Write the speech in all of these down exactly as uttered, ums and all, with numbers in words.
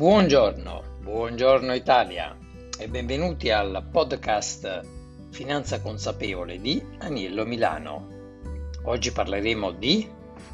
Buongiorno, buongiorno Italia e benvenuti al podcast Finanza Consapevole di Aniello Milano. Oggi parleremo di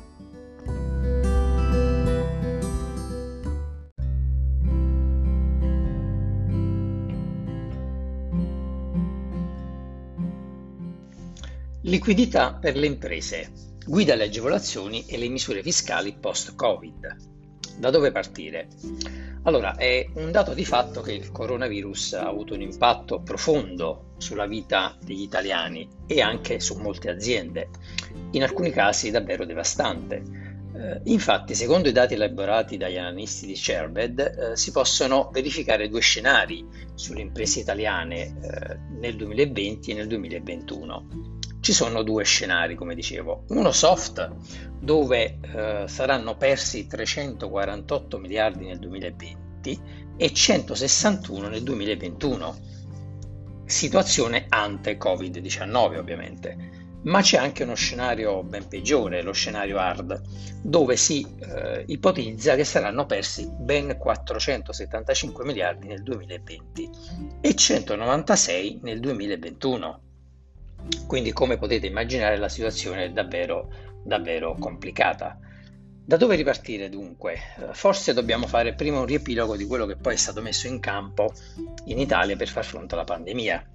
liquidità per le imprese, guida alle agevolazioni e le misure fiscali post-Covid. Da dove partire? Allora, è un dato di fatto che il coronavirus ha avuto un impatto profondo sulla vita degli italiani e anche su molte aziende, in alcuni casi davvero devastante. Eh, infatti, secondo i dati elaborati dagli analisti di Cerbed, eh, si possono verificare due scenari sulle imprese italiane eh, nel duemilaventi e nel duemilaventuno. Ci sono due scenari, come dicevo, uno soft dove eh, saranno persi trecentoquarantotto miliardi nel duemilaventi e centosessantuno nel duemilaventuno, situazione ante covid diciannove ovviamente, ma c'è anche uno scenario ben peggiore, lo scenario hard, dove si eh, ipotizza che saranno persi ben quattrocentosettantacinque miliardi nel duemilaventi e centonovantasei nel duemilaventuno. Quindi, come potete immaginare, la situazione è davvero, davvero complicata. Da dove ripartire dunque? Forse dobbiamo fare prima un riepilogo di quello che poi è stato messo in campo in Italia per far fronte alla pandemia.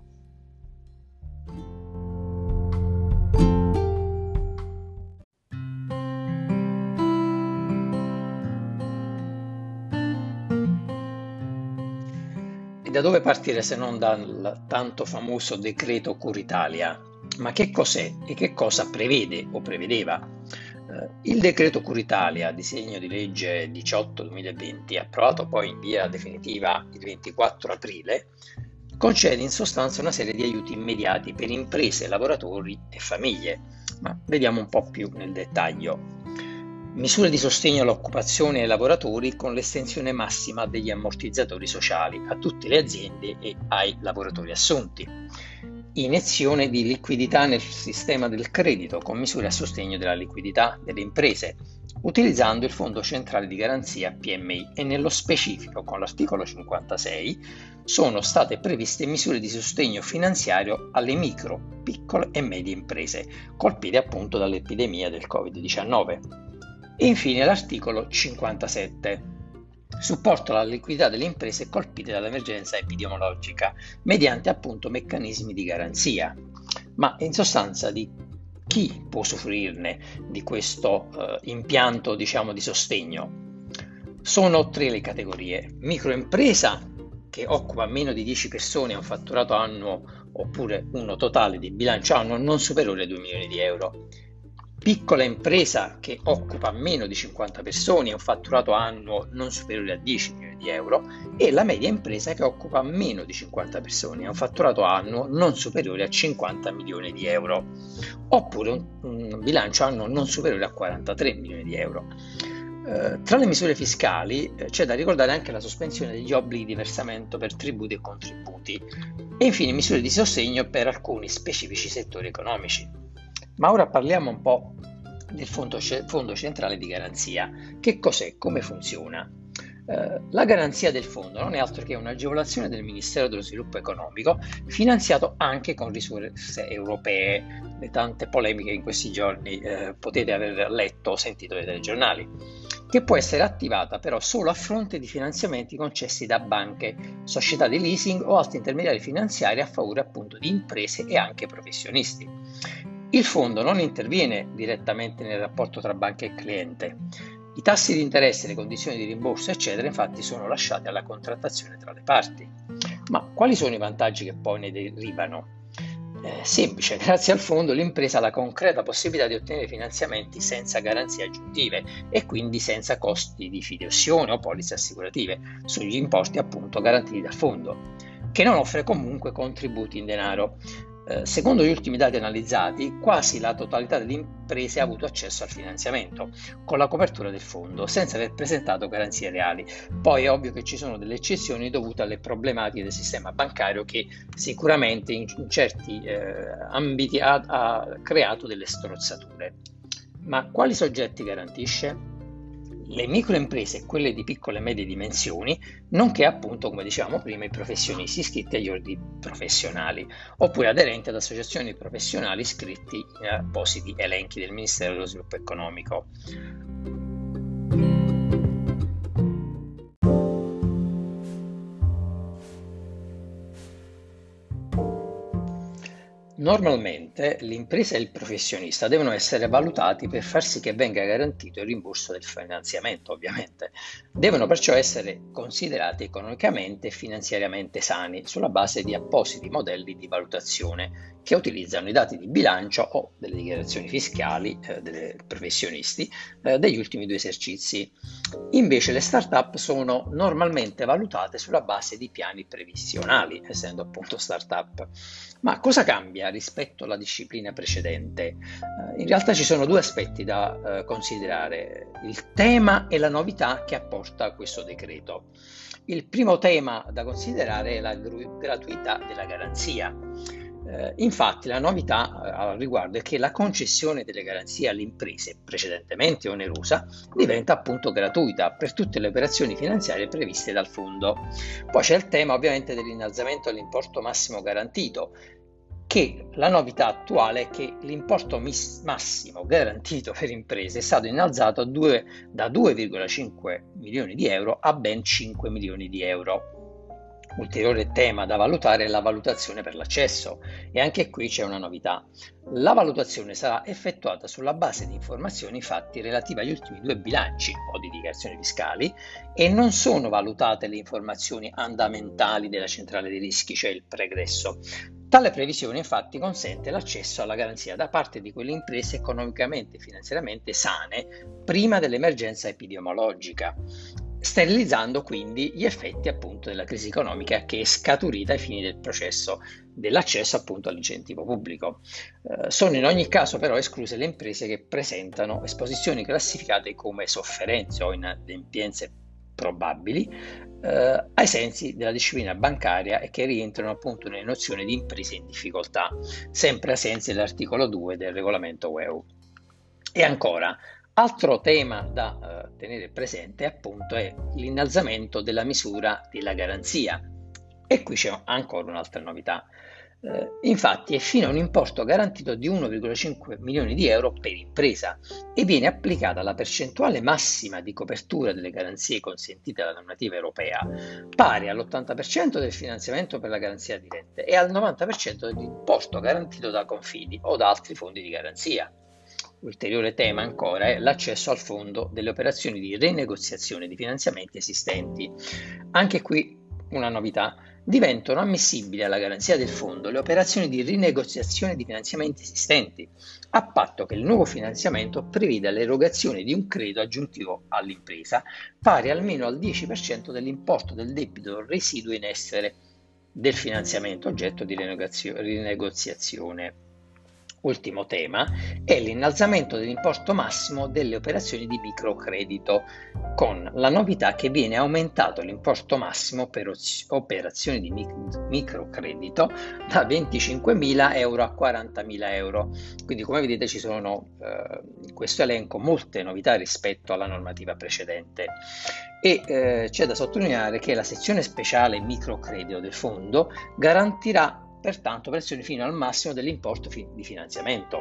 Da dove partire se non dal tanto famoso decreto Cura Italia? Ma che cos'è e che cosa prevede o prevedeva? Eh, il decreto Cura Italia, disegno di legge diciotto duemilaventi, approvato poi in via definitiva il ventiquattro aprile, concede in sostanza una serie di aiuti immediati per imprese, lavoratori e famiglie. Ma vediamo un po' più nel dettaglio. Misure di sostegno all'occupazione e ai lavoratori con l'estensione massima degli ammortizzatori sociali a tutte le aziende e ai lavoratori assunti. Iniezione di liquidità nel sistema del credito con misure a sostegno della liquidità delle imprese, utilizzando il Fondo Centrale di Garanzia P M I e nello specifico con l'articolo cinquantasei sono state previste misure di sostegno finanziario alle micro, piccole e medie imprese colpite appunto dall'epidemia del covid diciannove. E infine l'articolo cinquantasette, supporto alla liquidità delle imprese colpite dall'emergenza epidemiologica mediante appunto meccanismi di garanzia. Ma in sostanza di chi può usufruirne di questo eh, impianto, diciamo, di sostegno? Sono tre le categorie: microimpresa, che occupa meno di dieci persone e ha un fatturato annuo oppure uno totale di bilancio annuo non superiore ai due milioni di euro; piccola impresa, che occupa meno di cinquanta persone e un fatturato annuo non superiore a dieci milioni di euro, e la media impresa, che occupa meno di cinquanta persone e un fatturato annuo non superiore a cinquanta milioni di euro, oppure un, un bilancio annuo non superiore a quarantatré milioni di euro. Eh, tra le misure fiscali eh, c'è da ricordare anche la sospensione degli obblighi di versamento per tributi e contributi e infine misure di sostegno per alcuni specifici settori economici. Ma ora parliamo un po' del Fondo, Fondo Centrale di Garanzia. Che cos'è? Come funziona? Eh, la garanzia del fondo non è altro che un'agevolazione del Ministero dello Sviluppo Economico, finanziato anche con risorse europee. Le tante polemiche in questi giorni eh, potete aver letto o sentito dai telegiornali, che può essere attivata però solo a fronte di finanziamenti concessi da banche, società di leasing o altri intermediari finanziari a favore appunto di imprese e anche professionisti. Il fondo non interviene direttamente nel rapporto tra banca e cliente. I tassi di interesse, le condizioni di rimborso, eccetera, infatti sono lasciati alla contrattazione tra le parti. Ma quali sono i vantaggi che poi ne derivano? Eh, semplice, grazie al fondo l'impresa ha la concreta possibilità di ottenere finanziamenti senza garanzie aggiuntive e quindi senza costi di fideiussione o polizze assicurative sugli importi appunto garantiti dal fondo, che non offre comunque contributi in denaro. Eh, secondo gli ultimi dati analizzati, quasi la totalità delle imprese ha avuto accesso al finanziamento con la copertura del fondo, senza aver presentato garanzie reali. Poi è ovvio che ci sono delle eccezioni dovute alle problematiche del sistema bancario che sicuramente in, in certi eh, ambiti ha, ha creato delle strozzature. Ma quali soggetti garantisce? le microimprese e quelle di piccole e medie dimensioni, nonché appunto, come dicevamo prima, i professionisti iscritti agli ordini professionali oppure aderenti ad associazioni professionali iscritti in appositi elenchi del Ministero dello Sviluppo Economico. Normalmente l'impresa e il professionista devono essere valutati per far sì che venga garantito il rimborso del finanziamento, ovviamente. Devono perciò essere considerati economicamente e finanziariamente sani sulla base di appositi modelli di valutazione che utilizzano i dati di bilancio o delle dichiarazioni fiscali eh, dei professionisti eh, degli ultimi due esercizi. Invece le start-up sono normalmente valutate sulla base di piani previsionali, essendo appunto start-up. Ma cosa cambia rispetto alla disciplina precedente? Eh, in realtà ci sono due aspetti da eh, considerare, il tema e la novità che apporta questo decreto. Il primo tema da considerare è la gru- gratuità della garanzia. Eh, infatti la novità eh, al riguardo è che la concessione delle garanzie alle imprese precedentemente onerosa diventa appunto gratuita per tutte le operazioni finanziarie previste dal fondo. Poi c'è il tema ovviamente dell'innalzamento dell'importo massimo garantito, che la novità attuale è che l'importo mis- massimo garantito per imprese è stato innalzato a due, da due virgola cinque milioni di euro a ben cinque milioni di euro. Ulteriore tema da valutare è la valutazione per l'accesso e anche qui c'è una novità. La valutazione sarà effettuata sulla base di informazioni fatte relative agli ultimi due bilanci o di dichiarazioni fiscali e non sono valutate le informazioni andamentali della centrale dei rischi, cioè il pregresso. Tale previsione infatti consente l'accesso alla garanzia da parte di quelle imprese economicamente e finanziariamente sane prima dell'emergenza epidemiologica, sterilizzando quindi gli effetti appunto della crisi economica che è scaturita ai fini del processo dell'accesso appunto all'incentivo pubblico. Eh, sono in ogni caso però escluse le imprese che presentano esposizioni classificate come sofferenze o inadempienze probabili eh, ai sensi della disciplina bancaria e che rientrano appunto nelle nozioni di imprese in difficoltà, sempre ai sensi dell'articolo due del regolamento U E U. E ancora, altro tema da eh, tenere presente appunto è l'innalzamento della misura della garanzia. E qui c'è ancora un'altra novità. Eh, infatti è fino a un importo garantito di uno virgola cinque milioni di euro per impresa e viene applicata la percentuale massima di copertura delle garanzie consentite dalla normativa europea, pari all'ottanta per cento del finanziamento per la garanzia diretta e al novanta per cento dell'importo garantito da confidi o da altri fondi di garanzia. Ulteriore tema ancora è l'accesso al fondo delle operazioni di rinegoziazione di finanziamenti esistenti. Anche qui una novità: diventano ammissibili alla garanzia del fondo le operazioni di rinegoziazione di finanziamenti esistenti, a patto che il nuovo finanziamento preveda l'erogazione di un credito aggiuntivo all'impresa pari almeno al dieci per cento dell'importo del debito residuo in essere del finanziamento oggetto di rinegoziazione. Ultimo tema è l'innalzamento dell'importo massimo delle operazioni di microcredito, con la novità che viene aumentato l'importo massimo per operazioni di microcredito da venticinquemila euro a quarantamila euro. Quindi, come vedete, ci sono eh, in questo elenco molte novità rispetto alla normativa precedente. E eh, c'è da sottolineare che la sezione speciale microcredito del fondo garantirà pertanto pressioni fino al massimo dell'importo fi- di finanziamento.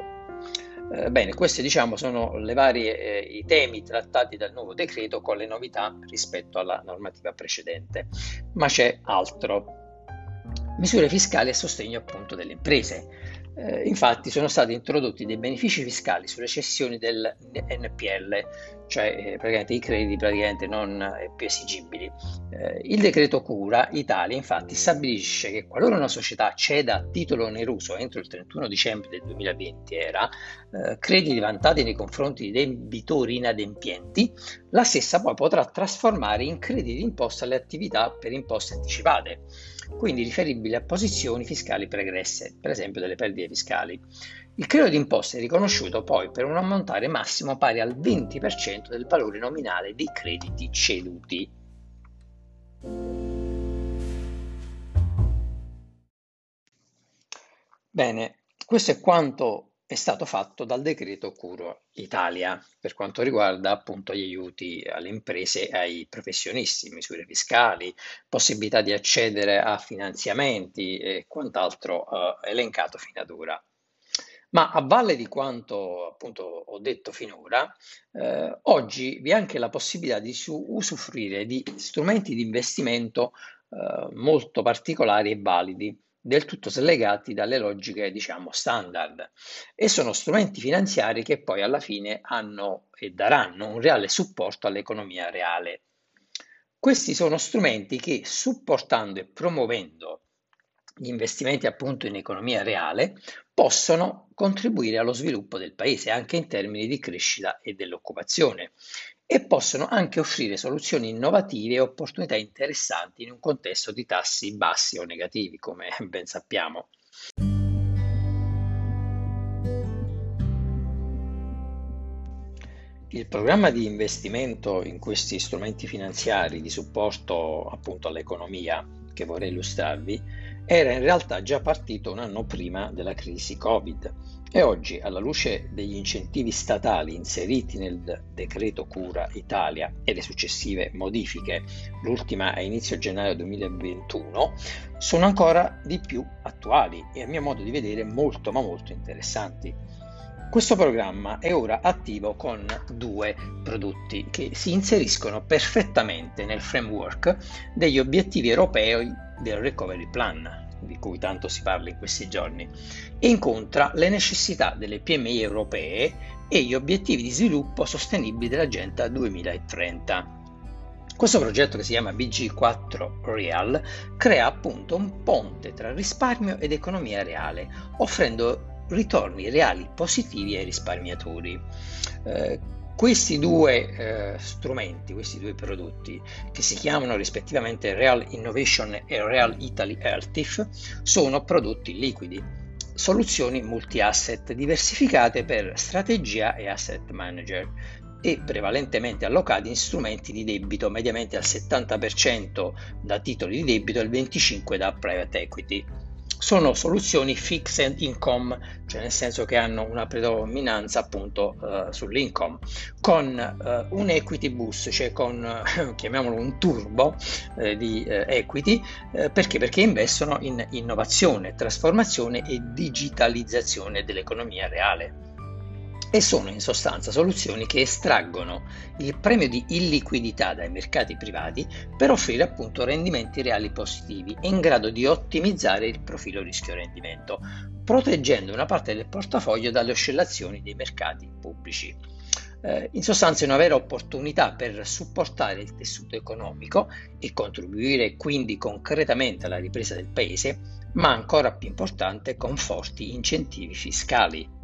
Eh, bene, questi diciamo sono le varie, eh, i temi trattati dal nuovo decreto con le novità rispetto alla normativa precedente, ma c'è altro. Misure fiscali a sostegno appunto delle imprese. Eh, infatti sono stati introdotti dei benefici fiscali sulle cessioni del N P L, cioè eh, praticamente i crediti praticamente non eh, più esigibili. Eh, il decreto Cura Italia infatti stabilisce che qualora una società ceda a titolo oneroso entro il trentuno dicembre del duemilaventi era eh, crediti vantati nei confronti di debitori inadempienti, la stessa poi potrà trasformare in crediti d'imposta le attività per imposte anticipate, quindi riferibili a posizioni fiscali pregresse, per esempio delle perdite fiscali. Il credito d'imposta è riconosciuto poi per un ammontare massimo pari al venti per cento del valore nominale dei crediti ceduti. Bene, questo è quanto è stato fatto dal decreto Cura Italia per quanto riguarda appunto gli aiuti alle imprese e ai professionisti, misure fiscali, possibilità di accedere a finanziamenti e quant'altro eh, elencato fino ad ora. Ma a valle di quanto appunto ho detto finora, eh, oggi vi è anche la possibilità di su- usufruire di strumenti di investimento eh, molto particolari e validi, del tutto slegati dalle logiche, diciamo, standard. E sono strumenti finanziari che poi alla fine hanno e daranno un reale supporto all'economia reale. Questi sono strumenti che, supportando e promuovendo gli investimenti appunto in economia reale, possono contribuire allo sviluppo del paese anche in termini di crescita e dell'occupazione e possono anche offrire soluzioni innovative e opportunità interessanti in un contesto di tassi bassi o negativi, come ben sappiamo. Il programma di investimento in questi strumenti finanziari di supporto appunto all'economia che vorrei illustrarvi era in realtà già partito un anno prima della crisi Covid e oggi, alla luce degli incentivi statali inseriti nel decreto Cura Italia e le successive modifiche, l'ultima a inizio gennaio duemilaventuno, sono ancora di più attuali e a mio modo di vedere molto ma molto interessanti. Questo programma è ora attivo con due prodotti che si inseriscono perfettamente nel framework degli obiettivi europei del Recovery Plan, di cui tanto si parla in questi giorni, e incontra le necessità delle P M I europee e gli obiettivi di sviluppo sostenibili dell'Agenda duemilatrenta. Questo progetto, che si chiama B G quattro Real, crea appunto un ponte tra risparmio ed economia reale, offrendo ritorni reali positivi ai risparmiatori. Eh, questi due eh, strumenti, questi due prodotti, che si chiamano rispettivamente Real Innovation e Real Italy E L T I F, sono prodotti liquidi, soluzioni multi-asset diversificate per strategia e asset manager e prevalentemente allocati in strumenti di debito mediamente al settanta per cento da titoli di debito e il venticinque per cento da private equity. Sono soluzioni fixed income, cioè nel senso che hanno una predominanza appunto uh, sull'income, con uh, un equity boost, cioè con, uh, chiamiamolo un turbo uh, di uh, equity, uh, perché? Perché investono in innovazione, trasformazione e digitalizzazione dell'economia reale. E sono in sostanza soluzioni che estraggono il premio di illiquidità dai mercati privati per offrire appunto rendimenti reali positivi e in grado di ottimizzare il profilo rischio-rendimento, proteggendo una parte del portafoglio dalle oscillazioni dei mercati pubblici. Eh, in sostanza è una vera opportunità per supportare il tessuto economico e contribuire quindi concretamente alla ripresa del paese, ma ancora più importante con forti incentivi fiscali.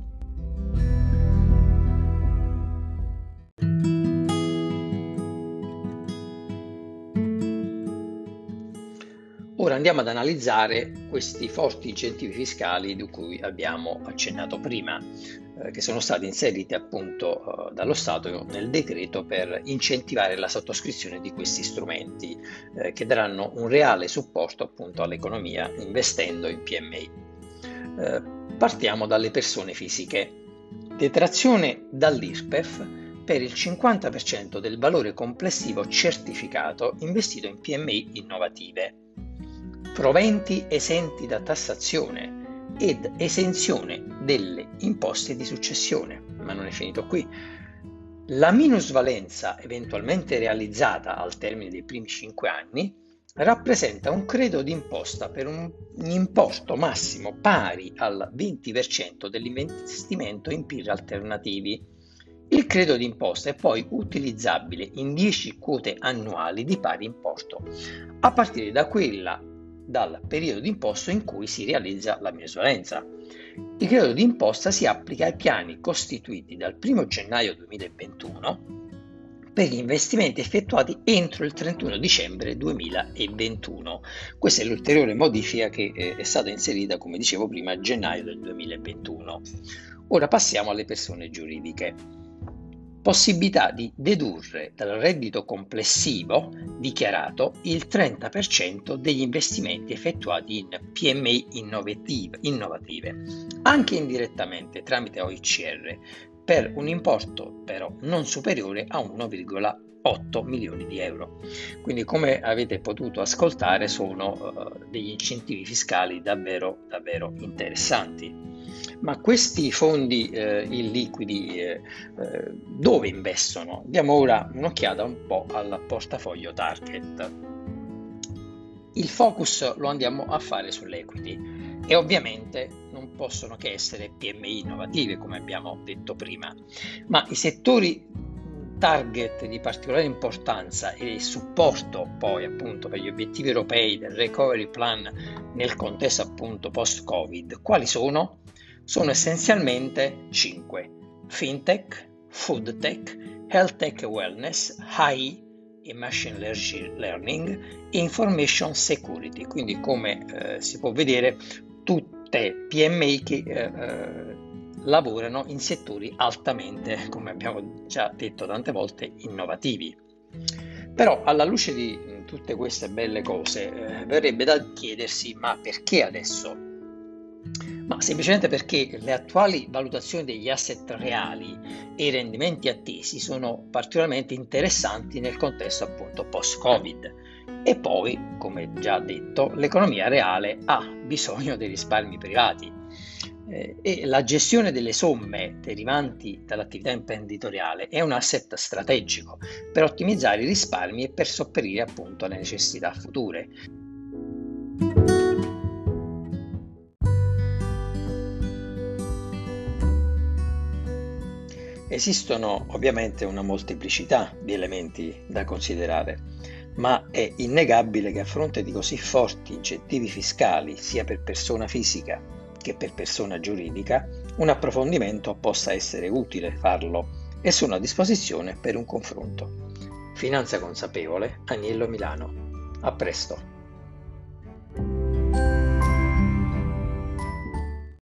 Ora andiamo ad analizzare questi forti incentivi fiscali di cui abbiamo accennato prima, eh, che sono stati inseriti appunto eh, dallo Stato nel decreto per incentivare la sottoscrizione di questi strumenti eh, che daranno un reale supporto appunto all'economia investendo in P M I. Eh, partiamo dalle persone fisiche. Detrazione dall'I R P E F per il cinquanta per cento del valore complessivo certificato investito in P M I innovative. Proventi esenti da tassazione ed esenzione delle imposte di successione. Ma non è finito qui. La minusvalenza eventualmente realizzata al termine dei primi cinque anni rappresenta un credito d'imposta per un importo massimo pari al venti per cento dell'investimento in P I R alternativi. Il credito d'imposta è poi utilizzabile in dieci quote annuali di pari importo, a partire da quella dal periodo d'imposta in cui si realizza la minusvalenza. Il credito d'imposta si applica ai piani costituiti dal primo gennaio duemilaventuno per gli investimenti effettuati entro il trentuno dicembre duemilaventuno. Questa è l'ulteriore modifica che è stata inserita, come dicevo prima, a gennaio del duemilaventuno. Ora passiamo alle persone giuridiche. possibilità di dedurre dal reddito complessivo dichiarato il trenta per cento degli investimenti effettuati in P M I innovative, innovative, anche indirettamente tramite O I C R, per un importo però non superiore a uno virgola otto milioni di euro. Quindi, come avete potuto ascoltare, sono uh, degli incentivi fiscali davvero davvero interessanti. Ma questi fondi eh, illiquidi eh, eh, dove investono? Diamo ora un'occhiata un po' al portafoglio target. Il focus lo andiamo a fare sull'equity e ovviamente non possono che essere P M I innovative, come abbiamo detto prima, ma i settori target di particolare importanza e supporto poi appunto per gli obiettivi europei del Recovery Plan nel contesto appunto post-Covid, quali sono? Sono essenzialmente cinque: FinTech, FoodTech, HealthTech e Wellness, A I e Machine Learning e Information Security. Quindi, come eh, si può vedere, tutte P M I che eh, eh, lavorano in settori altamente, come abbiamo già detto tante volte, innovativi. Però alla luce di tutte queste belle cose eh, verrebbe da chiedersi: ma perché adesso? Ma semplicemente perché le attuali valutazioni degli asset reali e i rendimenti attesi sono particolarmente interessanti nel contesto appunto post-Covid. E poi, come già detto, l'economia reale ha bisogno dei risparmi privati eh, e la gestione delle somme derivanti dall'attività imprenditoriale è un asset strategico per ottimizzare i risparmi e per sopperire appunto alle necessità future. Esistono ovviamente una molteplicità di elementi da considerare, ma è innegabile che a fronte di così forti incentivi fiscali, sia per persona fisica che per persona giuridica, un approfondimento possa essere utile farlo e sono a disposizione per un confronto. Finanza consapevole, Agnello Milano. A presto!